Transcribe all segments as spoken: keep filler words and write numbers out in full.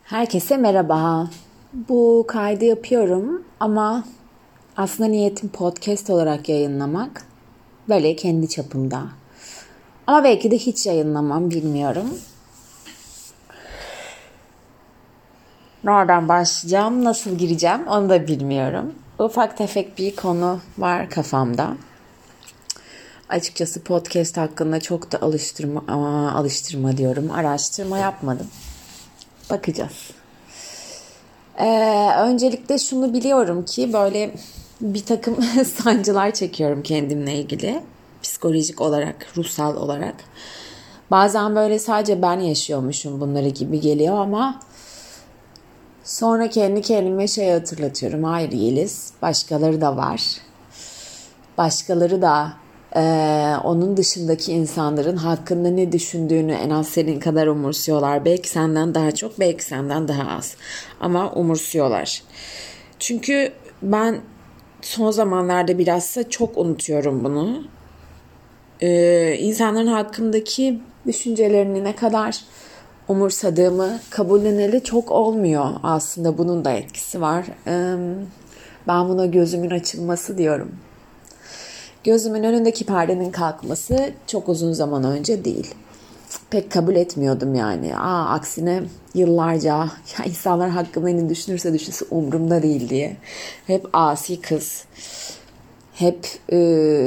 Herkese merhaba. Bu kaydı yapıyorum ama aslında niyetim podcast olarak yayınlamak. Böyle kendi çapımda. Ama belki de hiç yayınlamam, bilmiyorum. Nereden başlayacağım, nasıl gireceğim onu da bilmiyorum. Ufak tefek bir konu var kafamda. Açıkçası podcast hakkında çok da alıştırma, aa, alıştırma diyorum, araştırma yapmadım. Bakacağız. Ee, öncelikle şunu biliyorum ki böyle bir takım sancılar çekiyorum kendimle ilgili. Psikolojik olarak, ruhsal olarak. Bazen böyle sadece ben yaşıyormuşum bunları gibi geliyor ama sonra kendi kendime şey hatırlatıyorum. Hayır Yeliz, başkaları da var. Başkaları da Ee, onun dışındaki insanların hakkında ne düşündüğünü en az senin kadar umursuyorlar. Belki senden daha çok, belki senden daha az. Ama umursuyorlar. Çünkü ben son zamanlarda bilhassa çok unutuyorum bunu. Ee, insanların hakkındaki düşüncelerini ne kadar umursadığımı kabulleneli çok olmuyor. Aslında bunun da etkisi var. Ee, ben buna gözümün açılması diyorum. Gözümün önündeki perdenin kalkması çok uzun zaman önce değil. Pek kabul etmiyordum yani. Aa, aksine yıllarca ya insanlar hakkında ne düşünürse düşünsün umurumda değil diye. Hep asi kız. Hep e,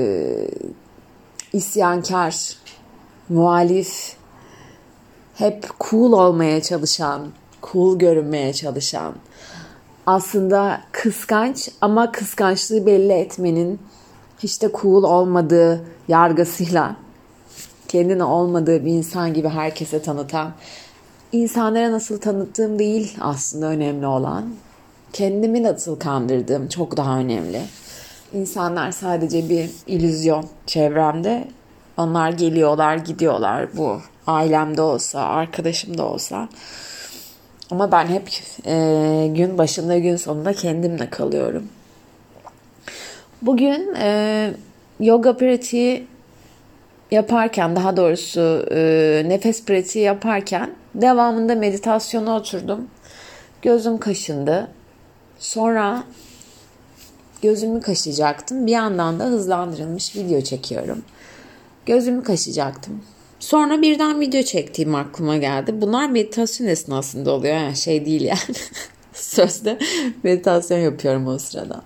isyankar, muhalif. Hep cool olmaya çalışan, cool görünmeye çalışan. Aslında kıskanç ama kıskançlığı belli etmenin hiç de cool olmadığı yargısıyla kendini olmadığı bir insan gibi herkese tanıtan, insanlara nasıl tanıttığım değil aslında önemli olan, kendimi nasıl kandırdığım çok daha önemli. İnsanlar sadece bir illüzyon çevremde. Onlar geliyorlar, gidiyorlar. Bu ailemde olsa, arkadaşımda olsa. Ama ben hep e, gün başında, gün sonunda kendimle kalıyorum. Bugün e, yoga pratiği yaparken, daha doğrusu e, nefes pratiği yaparken devamında meditasyona oturdum. Gözüm kaşındı. Sonra gözümü kaşıyacaktım. Bir yandan da hızlandırılmış video çekiyorum. Gözümü kaşıyacaktım. Sonra birden video çektiğim aklıma geldi. Bunlar meditasyon esnasında oluyor. Yani şey değil yani. Sözde meditasyon yapıyorum o sırada.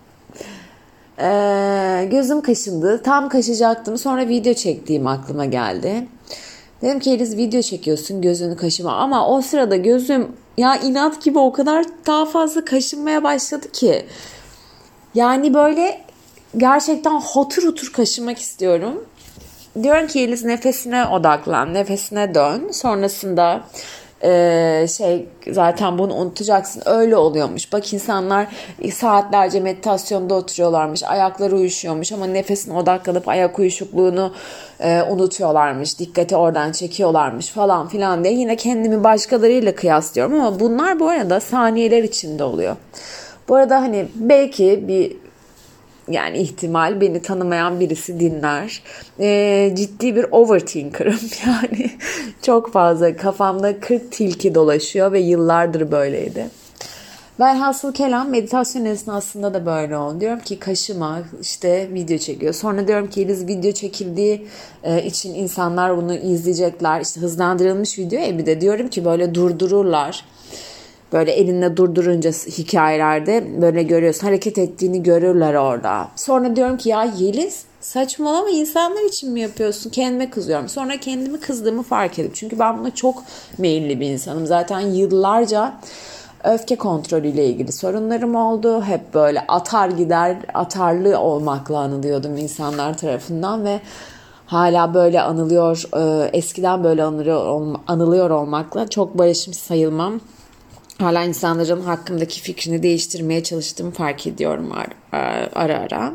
Ee, gözüm kaşındı. Tam kaşıyacaktım. Sonra video çektiğim aklıma geldi. Dedim ki Eliz, video çekiyorsun, gözünü kaşıma. Ama o sırada gözüm ya inat gibi o kadar daha fazla kaşınmaya başladı ki. Yani böyle gerçekten hotur hotur kaşımak istiyorum. Diyorum ki Eliz, nefesine odaklan, nefesine dön. Sonrasında Ee, şey zaten bunu unutacaksın, öyle oluyormuş. Bak, insanlar saatlerce meditasyonda oturuyorlarmış, ayakları uyuşuyormuş ama nefesine odaklanıp ayak uyuşukluğunu e, unutuyorlarmış, dikkati oradan çekiyorlarmış falan filan diye yine kendimi başkalarıyla kıyaslıyorum ama bunlar bu arada saniyeler içinde oluyor. Bu arada hani belki bir yani ihtimal beni tanımayan birisi dinler. Ee, ciddi bir overthinker'ım yani. Çok fazla kafamda kırk tilki dolaşıyor ve yıllardır böyleydi. Velhasıl kelam meditasyon esnasında da böyle oldu. Diyorum ki kaşıma, işte video çekiyor. Sonra diyorum ki Eliz, video çekildiği için insanlar bunu izleyecekler. İşte hızlandırılmış video ya, bir de diyorum ki böyle durdururlar. Böyle elinle durdurunca hikayelerde böyle görüyorsun, hareket ettiğini görürler orada. Sonra diyorum ki ya Yeliz, saçmalama, insanlar için mi yapıyorsun? Kendime kızıyorum. Sonra kendimi kızdığımı fark edip, çünkü ben buna çok meyilli bir insanım. Zaten yıllarca öfke kontrolüyle ilgili sorunlarım oldu. Hep böyle atar gider, atarlı olmakla anılıyordum insanlar tarafından ve hala böyle anılıyor, eskiden böyle anılıyor, anılıyor olmakla çok barışmış sayılmam. Hala insanların hakkımdaki fikrini değiştirmeye çalıştığımı fark ediyorum ara ara.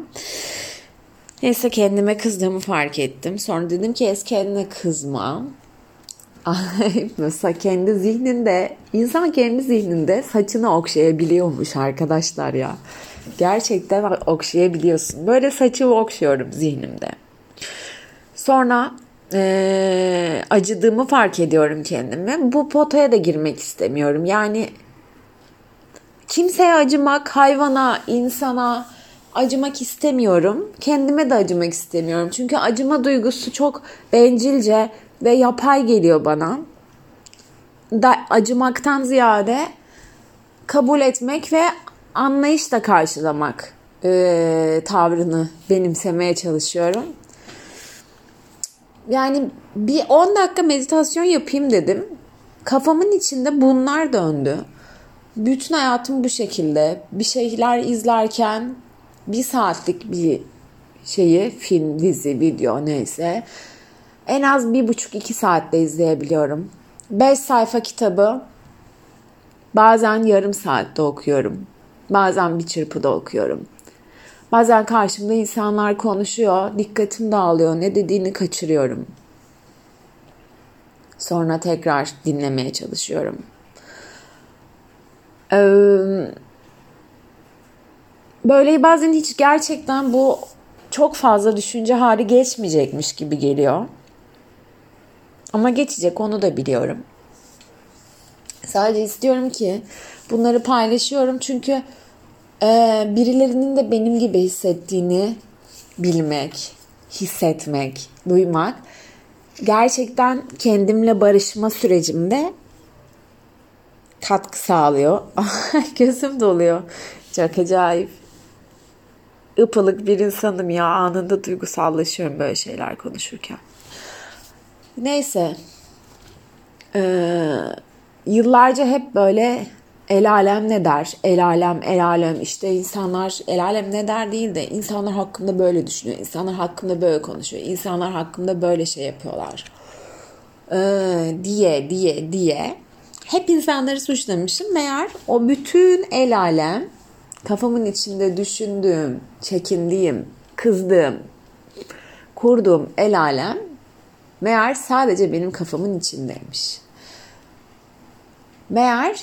Neyse, kendime kızdığımı fark ettim. Sonra dedim ki es kendine kızma. Mesela kendi zihninde, insan kendi zihninde saçını okşayabiliyormuş arkadaşlar ya. Gerçekten okşayabiliyorsun. Böyle saçımı okşuyorum zihnimde. Sonra Ee, acıdığımı fark ediyorum kendime. Bu potaya da girmek istemiyorum. Yani Kimseye acımak, hayvana, insana acımak istemiyorum. Kendime de acımak istemiyorum. Çünkü acıma duygusu çok bencilce ve yapay geliyor bana. Da acımaktan ziyade kabul etmek ve anlayışla karşılamak e, tavrını benimsemeye çalışıyorum. Yani bir on dakika meditasyon yapayım dedim. Kafamın içinde bunlar döndü. Bütün hayatım bu şekilde. Bir şeyler izlerken bir saatlik bir şeyi, film, dizi, video neyse en az bir buçuk iki saatte izleyebiliyorum. Beş sayfa kitabı bazen yarım saatte okuyorum. Bazen bir çırpıda okuyorum. Bazen karşımda insanlar konuşuyor, dikkatim dağılıyor, ne dediğini kaçırıyorum. Sonra tekrar dinlemeye çalışıyorum. Böyle bazen hiç gerçekten bu çok fazla düşünce hali geçmeyecekmiş gibi geliyor. Ama geçecek, onu da biliyorum. Sadece istiyorum ki bunları paylaşıyorum çünkü e, birilerinin de benim gibi hissettiğini bilmek, hissetmek, duymak gerçekten kendimle barışma sürecimde katkı sağlıyor. Gözüm doluyor. Çok acayip. Ipılık bir insanım ya. Anında duygusallaşıyorum böyle şeyler konuşurken. Neyse. Ee, yıllarca hep böyle el alem ne der? El alem, el alem. İşte insanlar el alem ne der değil de insanlar hakkında böyle düşünüyor. İnsanlar hakkında böyle konuşuyor. İnsanlar hakkında böyle şey yapıyorlar. Ee, diye diye diye. Hep insanları suçlamışım. Meğer o bütün el alem, kafamın içinde düşündüğüm, çekindiğim, kızdığım, kurduğum el alem meğer sadece benim kafamın içindeymiş. Meğer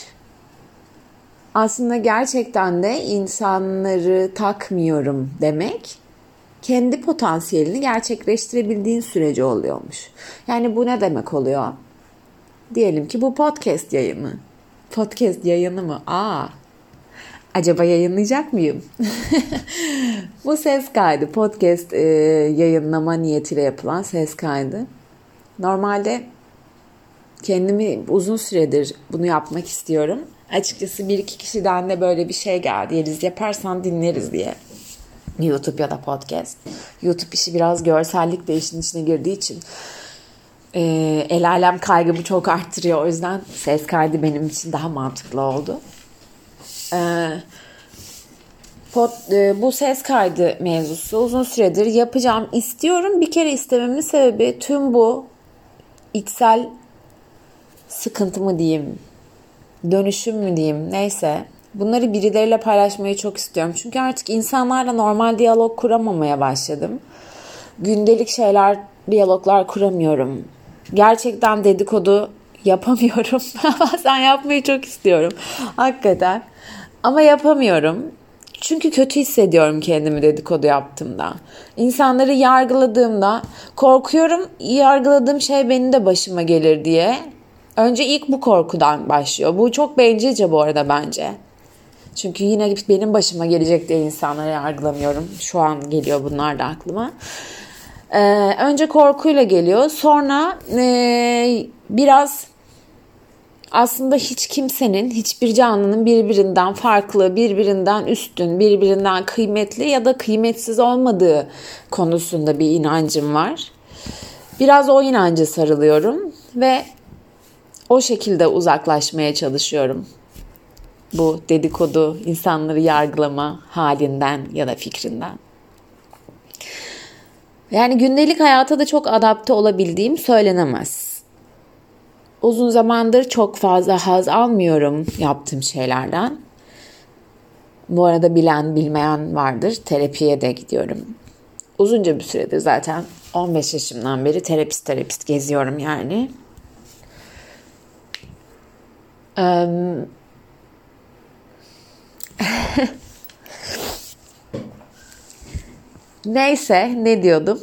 aslında gerçekten de insanları takmıyorum demek, kendi potansiyelini gerçekleştirebildiğin sürece oluyormuş. Yani bu ne demek oluyor? Diyelim ki bu podcast yayını. Podcast yayını mı? Aa, acaba yayınlayacak mıyım? Bu ses kaydı. Podcast e, yayınlama niyetiyle yapılan ses kaydı. Normalde kendimi uzun süredir bunu yapmak istiyorum. Açıkçası bir iki kişiden de böyle bir şey geldi. Yeliz yaparsan dinleriz diye. YouTube ya da podcast. YouTube işi biraz görsellik de işin içine girdiği için e, el alem kaygımı çok arttırıyor. O yüzden ses kaydı benim için daha mantıklı oldu. E, pod, e, bu ses kaydı mevzusu uzun süredir yapacağım istiyorum. Bir kere istememin sebebi tüm bu içsel sıkıntı mı diyeyim, dönüşüm mü diyeyim, neyse. Bunları birileriyle paylaşmayı çok istiyorum. Çünkü artık insanlarla normal diyalog kuramamaya başladım. Gündelik şeyler, diyaloglar kuramıyorum. Gerçekten dedikodu yapamıyorum. Bazen yapmayı çok istiyorum. Hakikaten. Ama yapamıyorum. Çünkü kötü hissediyorum kendimi dedikodu yaptığımda. İnsanları yargıladığımda korkuyorum, yargıladığım şey benim de başıma gelir diye. Önce ilk bu korkudan başlıyor. Bu çok bencilce bu arada bence. Çünkü yine benim başıma gelecek diye insanları yargılamıyorum. Şu an geliyor bunlar da aklıma. Ee, önce korkuyla geliyor. Sonra ee, biraz aslında hiç kimsenin, hiçbir canlının birbirinden farklı, birbirinden üstün, birbirinden kıymetli ya da kıymetsiz olmadığı konusunda bir inancım var. Biraz o inanca sarılıyorum ve o şekilde uzaklaşmaya çalışıyorum. Bu dedikodu, insanları yargılama halinden ya da fikrinden. Yani gündelik hayata da çok adapte olabildiğim söylenemez. Uzun zamandır çok fazla haz almıyorum yaptığım şeylerden. Bu arada bilen bilmeyen vardır. Terapiye de gidiyorum. Uzunca bir süredir zaten on beş yaşımdan beri terapist terapist geziyorum yani. Um, Neyse, ne diyordum?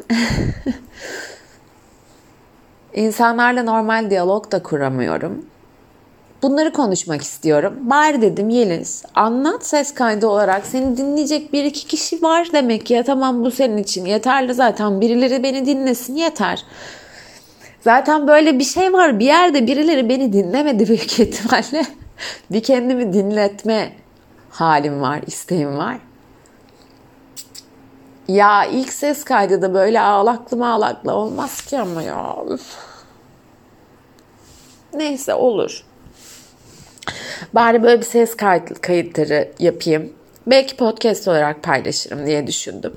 İnsanlarla normal diyalog da kuramıyorum. Bunları konuşmak istiyorum. Bari dedim Yeliz, anlat ses kaydı olarak. Seni dinleyecek bir iki kişi var demek ya. Tamam, bu senin için yeterli zaten. Birileri beni dinlesin, yeter. Zaten böyle bir şey var. Bir yerde birileri beni dinlemedi büyük ihtimalle. Bir kendimi dinletme halim var, isteğim var. Ya ilk ses kaydı da böyle ağlaklı mağlaklı olmaz ki ama ya. Üf. Neyse, olur. Bari böyle bir ses kayıt, kayıtları yapayım. Belki podcast olarak paylaşırım diye düşündüm.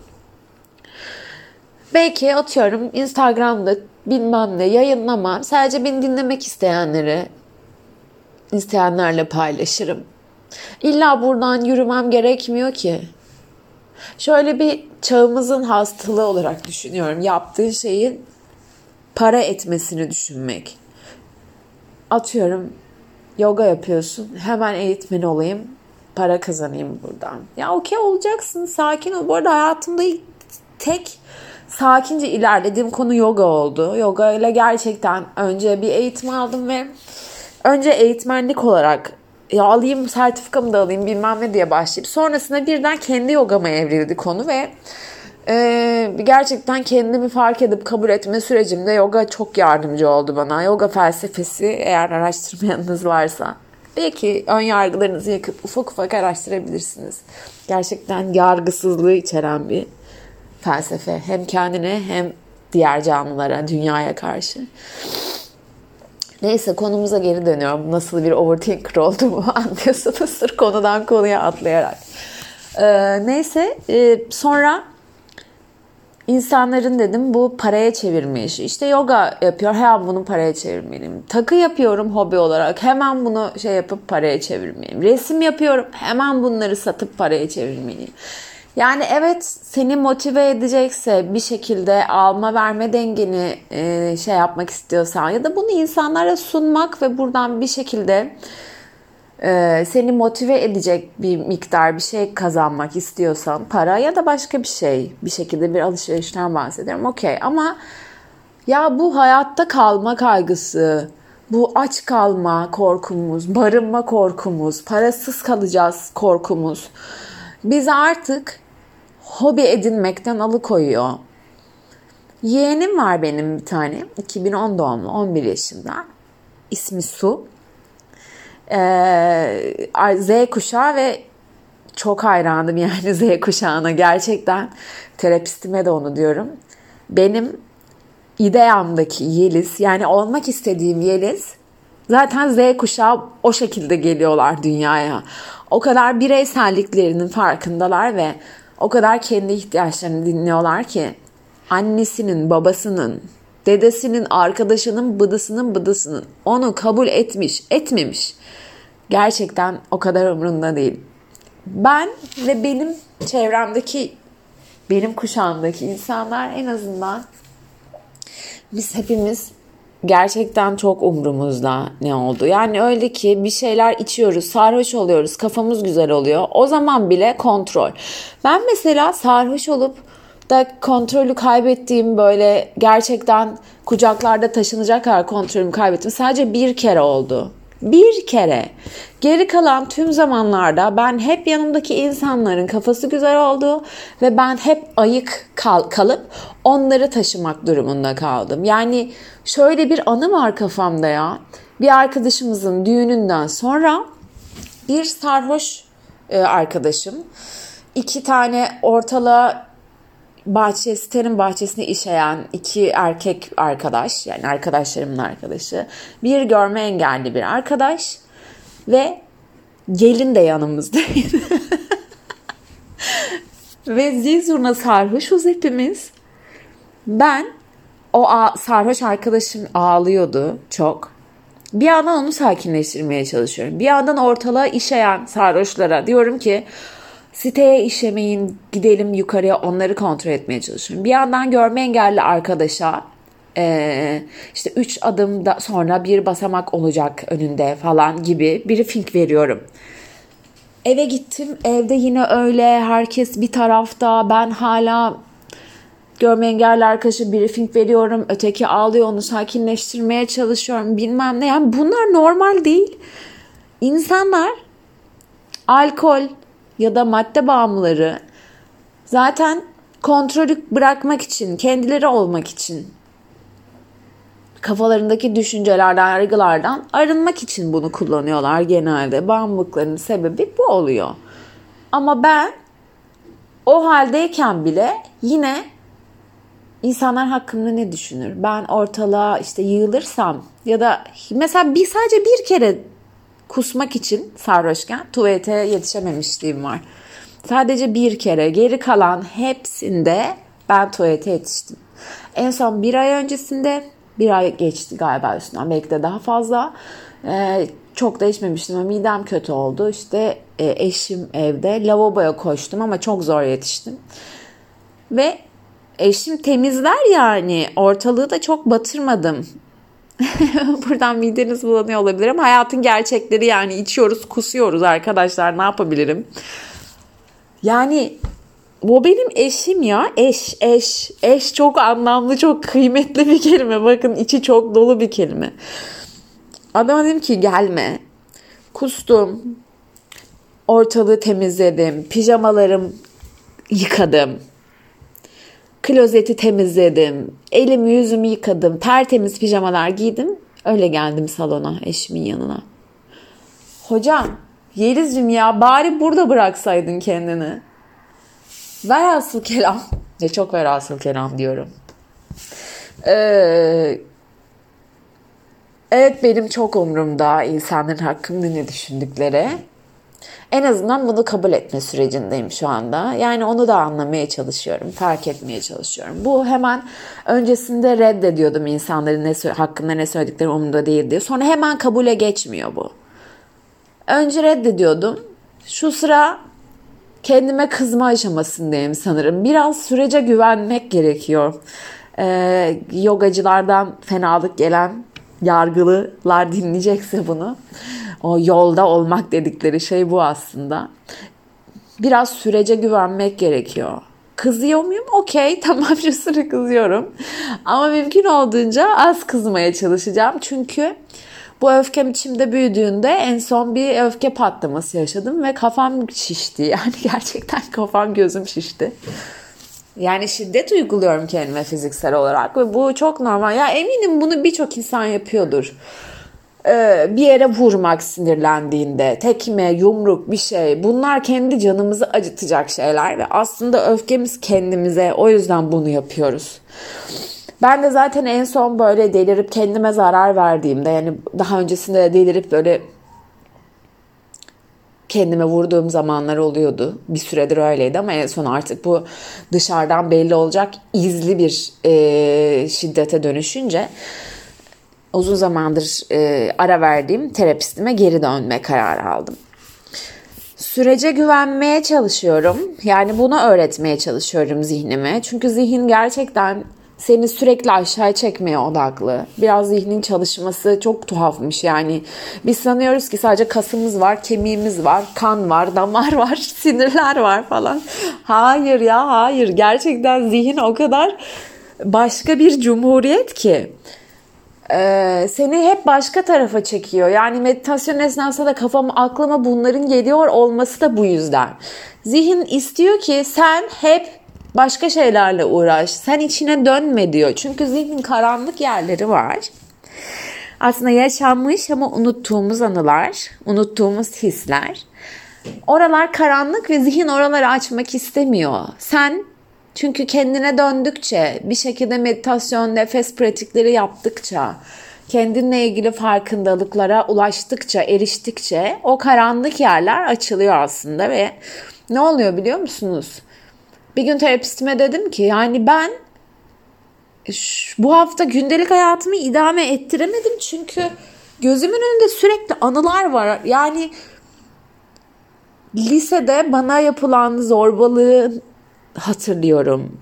Belki atıyorum Instagram'da bilmem ne yayınlamam. Sadece beni dinlemek isteyenleri, isteyenlerle paylaşırım. İlla buradan yürümem gerekmiyor ki. Şöyle bir çağımızın hastalığı olarak düşünüyorum. Yaptığın şeyin para etmesini düşünmek. Atıyorum yoga yapıyorsun. Hemen eğitmen olayım. Para kazanayım buradan. Ya okey, olacaksın. Sakin ol. Bu arada hayatımda ilk tek sakince ilerlediğim konu yoga oldu. Yoga ile gerçekten önce bir eğitim aldım ve önce eğitmenlik olarak ya alayım, sertifikamı da alayım bilmem ne diye başlayıp sonrasında birden kendi yogama evrildi konu ve e, gerçekten kendimi fark edip kabul etme sürecimde yoga çok yardımcı oldu bana. Yoga felsefesi, eğer araştırmayanınız varsa belki ön yargılarınızı yakıp ufak ufak araştırabilirsiniz. Gerçekten yargısızlığı içeren bir felsefe. Hem kendine hem diğer canlılara, dünyaya karşı. Neyse, konumuza geri dönüyorum. Nasıl bir overthinker olduğumu anlıyorsunuz sırf konudan konuya atlayarak. Ee, neyse e, sonra insanların dedim bu paraya çevirme işi. İşte yoga yapıyor, hemen bunu paraya çevirmeliyim. Takı yapıyorum hobi olarak, hemen bunu şey yapıp paraya çevirmeliyim. Resim yapıyorum, hemen bunları satıp paraya çevirmeliyim. Yani evet, seni motive edecekse bir şekilde alma verme dengeni e, şey yapmak istiyorsan ya da bunu insanlara sunmak ve buradan bir şekilde e, seni motive edecek bir miktar bir şey kazanmak istiyorsan, para ya da başka bir şey, bir şekilde bir alışverişten bahsediyorum, okey. Ama ya bu hayatta kalma kaygısı, bu aç kalma korkumuz, barınma korkumuz, parasız kalacağız korkumuz bizi artık hobi edinmekten alıkoyuyor. Yeğenim var benim bir tane. iki bin on doğumlu, on bir yaşında. İsmi Su. Ee, Z kuşağı ve çok hayranım yani Z kuşağına. Gerçekten terapistime de onu diyorum. Benim ideamdaki Yeliz, yani olmak istediğim Yeliz, zaten Z kuşağı o şekilde geliyorlar dünyaya. O kadar bireyselliklerinin farkındalar ve o kadar kendi ihtiyaçlarını dinliyorlar ki annesinin, babasının, dedesinin, arkadaşının, bıdısının, bıdısının onu kabul etmiş, etmemiş. Gerçekten o kadar umurunda değil. Ben ve benim çevremdeki, benim kuşağımdaki insanlar en azından biz hepimiz gerçekten çok umrumuzda ne oldu. Yani öyle ki bir şeyler içiyoruz, sarhoş oluyoruz, kafamız güzel oluyor. O zaman bile kontrol. Ben mesela sarhoş olup da kontrolü kaybettiğim, böyle gerçekten kucaklarda taşınacak kadar kontrolümü kaybettim. Sadece bir kere oldu. Bir kere. Geri kalan tüm zamanlarda ben hep yanımdaki insanların kafası güzel oldu ve ben hep ayık kal- kalıp onları taşımak durumunda kaldım. Yani şöyle bir anı var kafamda ya. Bir arkadaşımızın düğününden sonra bir sarhoş e, arkadaşım, iki tane ortalığa bahçe, sitenin bahçesine işeyen iki erkek arkadaş, yani arkadaşlarımın arkadaşı, bir görme engelli bir arkadaş ve gelin de yanımızdaydı. Ve zil zurna sarhoşuz hepimiz. Ben, o a- sarhoş arkadaşım ağlıyordu çok. Bir yandan onu sakinleştirmeye çalışıyorum. Bir yandan ortalığa işeyen sarhoşlara diyorum ki siteye işemeyin, gidelim yukarıya, onları kontrol etmeye çalışıyorum. Bir yandan görme engelli arkadaşa e, işte üç adım da sonra bir basamak olacak önünde falan gibi briefing veriyorum. Eve gittim, evde yine öyle, herkes bir tarafta, ben hala görme engelli arkadaşa briefing veriyorum, öteki ağlıyor, onu sakinleştirmeye çalışıyorum bilmem ne. Yani bunlar normal değil. İnsanlar alkol ya da madde bağımlıları zaten kontrolü bırakmak için, kendileri olmak için, kafalarındaki düşüncelerden, yargılardan arınmak için bunu kullanıyorlar genelde. Bağımlılıklarının sebebi bu oluyor. Ama ben o haldeyken bile yine insanlar hakkında ne düşünür? Ben ortalığa işte yığılırsam ya da mesela bir sadece bir kere kusmak için sarhoşken tuvalete yetişememişliğim var. Sadece bir kere, geri kalan hepsinde ben tuvalete yetiştim. En son bir ay öncesinde, bir ay geçti galiba üstünden, belki de daha fazla. Ee, çok da içmemiştim ama midem kötü oldu. İşte e, eşim evde, lavaboya koştum ama çok zor yetiştim. Ve eşim temizler yani, ortalığı da çok batırmadım. Buradan mideniz bulanıyor olabilir ama hayatın gerçekleri yani, içiyoruz, kusuyoruz arkadaşlar, ne yapabilirim? Yani o benim eşim ya, eş, eş, eş çok anlamlı, çok kıymetli bir kelime. Bakın, içi çok dolu bir kelime. Adama dedim ki gelme. Kustum, ortalığı temizledim, pijamalarım yıkadım, klozeti temizledim, elimi yüzümü yıkadım, tertemiz pijamalar giydim. Öyle geldim salona, eşimin yanına. Hocam, Yeliz'cim ya bari burada bıraksaydın kendini. Velhasıl kelam. Ne çok velhasıl kelam diyorum. Ee, evet, benim çok umurumda insanların hakkında ne düşündükleri. En azından bunu kabul etme sürecindeyim şu anda. Yani onu da anlamaya çalışıyorum, fark etmeye çalışıyorum. Bu hemen öncesinde reddediyordum insanların ne hakkında ne söyledikleri umurumda değil diye. Sonra hemen kabule geçmiyor bu. Önce reddediyordum. Şu sıra kendime kızma aşamasındayım sanırım. Biraz sürece güvenmek gerekiyor. Ee, yogacılardan fenalık gelen yargılılar dinleyecekse bunu. O yolda olmak dedikleri şey bu aslında. Biraz sürece güvenmek gerekiyor. Kızıyor muyum? Okey, tamam, şu sıra kızıyorum. Ama mümkün olduğunca az kızmaya çalışacağım. Çünkü bu öfkem içimde büyüdüğünde en son bir öfke patlaması yaşadım ve kafam şişti. Yani gerçekten kafam, gözüm şişti. Yani şiddet uyguluyorum kendime fiziksel olarak ve bu çok normal. Ya eminim bunu birçok insan yapıyordur. Ee, bir yere vurmak sinirlendiğinde, tekme, yumruk, bir şey. Bunlar kendi canımızı acıtacak şeyler ve aslında öfkemiz kendimize. O yüzden bunu yapıyoruz. Ben de zaten en son böyle delirip kendime zarar verdiğimde, yani daha öncesinde de delirip böyle kendime vurduğum zamanlar oluyordu. Bir süredir öyleydi ama en son artık bu dışarıdan belli olacak izli bir e, şiddete dönüşünce uzun zamandır e, ara verdiğim terapistime geri dönme kararı aldım. Sürece güvenmeye çalışıyorum. Yani bunu öğretmeye çalışıyorum zihnime. Çünkü zihin gerçekten seni sürekli aşağıya çekmeye odaklı. Biraz zihnin çalışması çok tuhafmış yani. Biz sanıyoruz ki sadece kasımız var, kemiğimiz var, kan var, damar var, sinirler var falan. Hayır ya, hayır. Gerçekten zihin o kadar başka bir cumhuriyet ki. Ee, seni hep başka tarafa çekiyor. Yani meditasyon esnasında da kafama, aklıma bunların geliyor olması da bu yüzden. Zihin istiyor ki sen hep başka şeylerle uğraş. Sen içine dönme diyor. Çünkü zihnin karanlık yerleri var. Aslında yaşanmış ama unuttuğumuz anılar, unuttuğumuz hisler. Oralar karanlık ve zihin oraları açmak istemiyor. Sen çünkü kendine döndükçe, bir şekilde meditasyon, nefes pratikleri yaptıkça, kendinle ilgili farkındalıklara ulaştıkça, eriştikçe o karanlık yerler açılıyor aslında ve ne oluyor biliyor musunuz? Bir gün terapistime dedim ki yani ben bu hafta gündelik hayatımı idame ettiremedim çünkü gözümün önünde sürekli anılar var. Yani lisede bana yapılan zorbalığı hatırlıyorum.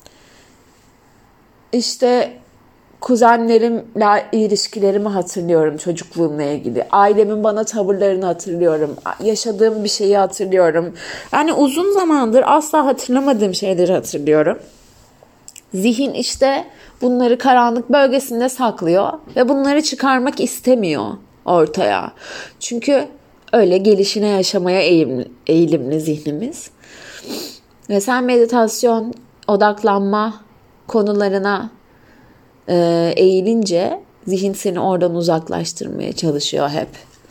İşte kuzenlerimle ilişkilerimi hatırlıyorum çocukluğumla ilgili. Ailemin bana tavırlarını hatırlıyorum. Yaşadığım bir şeyi hatırlıyorum. Yani uzun zamandır asla hatırlamadığım şeyleri hatırlıyorum. Zihin işte bunları karanlık bölgesinde saklıyor ve bunları çıkarmak istemiyor ortaya. Çünkü Öyle gelişine yaşamaya eğilimli, eğilimli zihnimiz. Ve sen meditasyon, odaklanma konularına e, eğilince zihin seni oradan uzaklaştırmaya çalışıyor hep.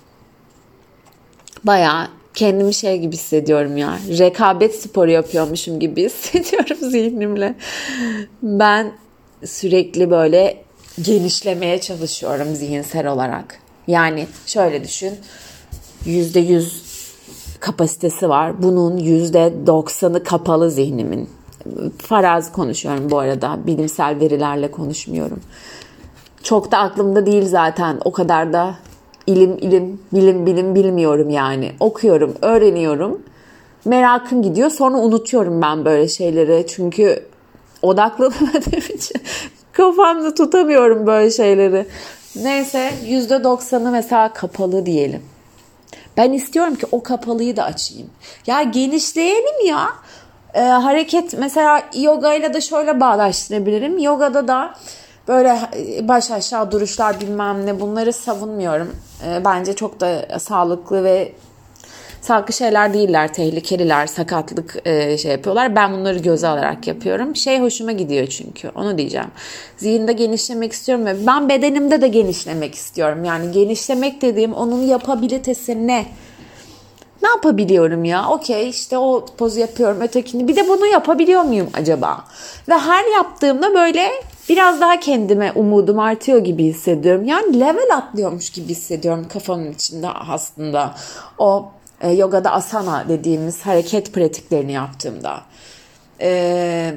Bayağı kendimi şey gibi hissediyorum ya. Rekabet sporu yapıyormuşum gibi hissediyorum zihnimle. Ben sürekli böyle genişlemeye çalışıyorum zihinsel olarak. Yani şöyle düşün. yüzde yüz kapasitesi var. Bunun yüzde doksanı kapalı zihnimin. Farazi konuşuyorum bu arada. Bilimsel verilerle konuşmuyorum. Çok da aklımda değil zaten. O kadar da ilim ilim, bilim bilim bilmiyorum yani. Okuyorum, öğreniyorum. Merakım gidiyor. Sonra unutuyorum ben böyle şeyleri. Çünkü odaklanamadığım için kafamda tutamıyorum böyle şeyleri. Neyse yüzde doksanı mesela kapalı diyelim. Ben istiyorum ki o kapalıyı da açayım. Ya genişleyelim ya. Ee, hareket mesela yoga ile de şöyle bağdaştırabilirim. Yogada da böyle baş aşağı duruşlar bilmem ne, bunları savunmuyorum. Ee, bence çok da sağlıklı ve sağlıklı şeyler değiller, tehlikeliler, sakatlık e, şey yapıyorlar. Ben bunları göze alarak yapıyorum. Şey hoşuma gidiyor çünkü, onu diyeceğim. Zihinde genişlemek istiyorum ve ben bedenimde de genişlemek istiyorum. Yani genişlemek dediğim onun yapabilitesi ne? Ne yapabiliyorum ya? Okey, işte o pozu yapıyorum, ötekini. Bir de bunu yapabiliyor muyum acaba? Ve her yaptığımda böyle biraz daha kendime umudum artıyor gibi hissediyorum. Yani level atlıyormuş gibi hissediyorum kafamın içinde aslında. O e, yogada asana dediğimiz hareket pratiklerini yaptığımda. Eee...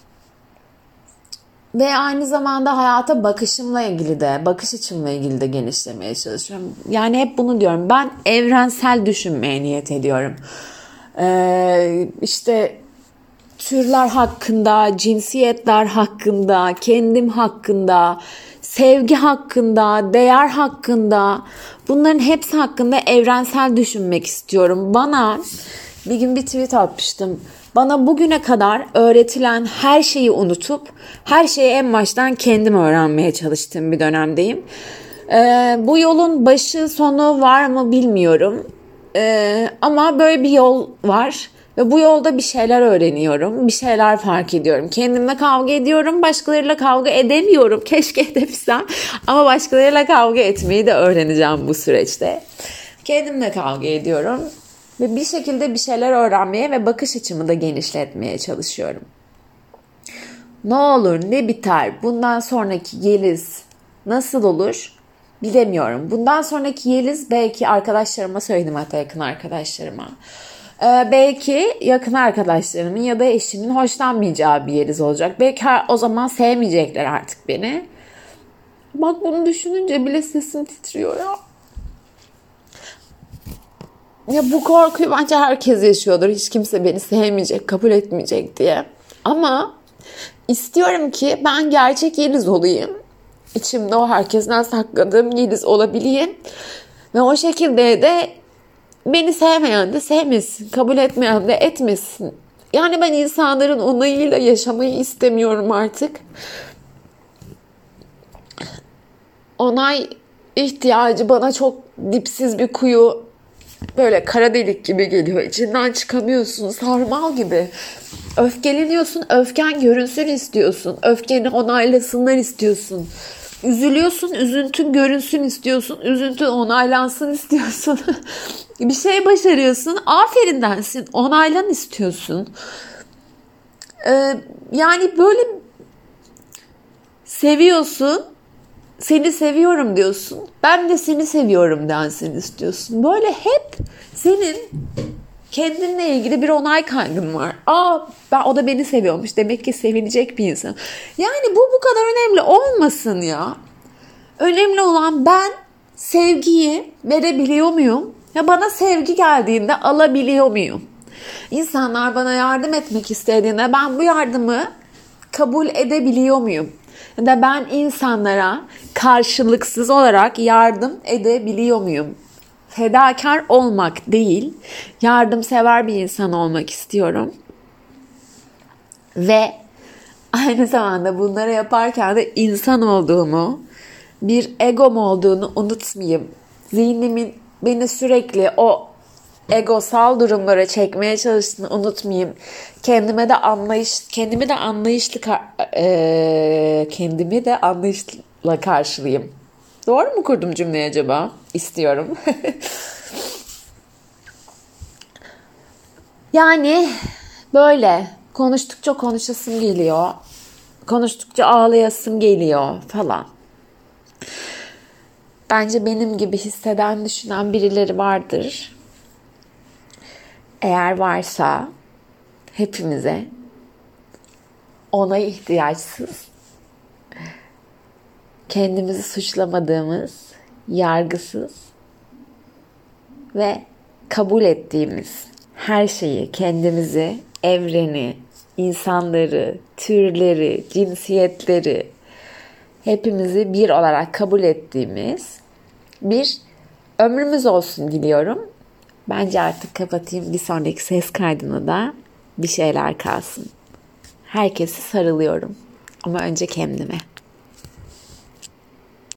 Ve aynı zamanda hayata bakışımla ilgili de, bakış açımla ilgili de genişlemeye çalışıyorum. Yani hep bunu diyorum. Ben evrensel düşünmeye niyet ediyorum. Ee, işte türler hakkında, cinsiyetler hakkında, kendim hakkında, sevgi hakkında, değer hakkında, bunların hepsi hakkında evrensel düşünmek istiyorum. Bana bir gün bir tweet atmıştım. Bana bugüne kadar öğretilen her şeyi unutup her şeyi en baştan kendim öğrenmeye çalıştığım bir dönemdeyim. Ee, bu yolun başı sonu var mı bilmiyorum. Ee, ama böyle bir yol var ve bu yolda bir şeyler öğreniyorum, bir şeyler fark ediyorum. Kendimle kavga ediyorum, başkalarıyla kavga edemiyorum. Keşke edebilsem ama başkalarıyla kavga etmeyi de öğreneceğim bu süreçte. Kendimle kavga ediyorum. Ve bir şekilde bir şeyler öğrenmeye ve bakış açımı da genişletmeye çalışıyorum. Ne olur ne biter, bundan sonraki Yeliz nasıl olur bilemiyorum. Bundan sonraki Yeliz belki arkadaşlarıma söyledim, hatta yakın arkadaşlarıma. Ee, belki yakın arkadaşlarımın ya da eşimin hoşlanmayacağı bir Yeliz olacak. Belki o zaman sevmeyecekler artık beni. Bak bunu düşününce bile sesim titriyor ya. Ya bu korkuyu bence herkes yaşıyordur. Hiç kimse beni sevmeyecek, kabul etmeyecek diye. Ama istiyorum ki ben gerçek Yeliz olayım. İçimde o herkesten sakladığım Yeliz olabileyim. Ve o şekilde de beni sevmeyen de sevmesin, kabul etmeyen de etmesin. Yani ben insanların onayıyla yaşamayı istemiyorum artık. Onay ihtiyacı bana çok dipsiz bir kuyu, böyle kara delik gibi geliyor. İçinden çıkamıyorsun, sarmal gibi. Öfkeleniyorsun, öfken görünsün istiyorsun. Öfkeni onaylasınlar istiyorsun. Üzülüyorsun, üzüntün görünsün istiyorsun. Üzüntün onaylansın istiyorsun. Bir şey başarıyorsun, aferin densin, onaylan istiyorsun. Ee, yani böyle seviyorsun. Seni seviyorum diyorsun. Ben de seni seviyorum densin istiyorsun. Böyle hep senin kendinle ilgili bir onay kaygın var. Aa, ben, o da beni seviyormuş. Demek ki sevilecek bir insan. Yani bu bu kadar önemli olmasın ya. Önemli olan ben sevgiyi verebiliyor muyum? Ya bana sevgi geldiğinde alabiliyor muyum? İnsanlar bana yardım etmek istediğinde ben bu yardımı kabul edebiliyor muyum? Ya da ben insanlara karşılıksız olarak yardım edebiliyor muyum? Fedakar olmak değil, yardımsever bir insan olmak istiyorum. Ve aynı zamanda bunları yaparken de insan olduğumu, bir egom olduğunu unutmayayım. Zihnimin beni sürekli o egosal durumlara çekmeye çalıştığını unutmayayım. Kendime de anlayış, kendimi de anlayışlı e, kendimi de anlayışla karşılayayım. Doğru mu kurdum cümleyi acaba? İstiyorum. Yani böyle konuştukça konuşasım geliyor. Konuştukça ağlayasım geliyor falan. Bence benim gibi hisseden, düşünen birileri vardır. Eğer varsa hepimize ona ihtiyaçsız, kendimizi suçlamadığımız, yargısız ve kabul ettiğimiz her şeyi, kendimizi, evreni, insanları, türleri, cinsiyetleri, hepimizi bir olarak kabul ettiğimiz bir ömrümüz olsun diliyorum. Bence artık kapatayım. Bir sonraki ses kaydına da bir şeyler kalsın. Herkesi sarılıyorum. Ama önce kendime.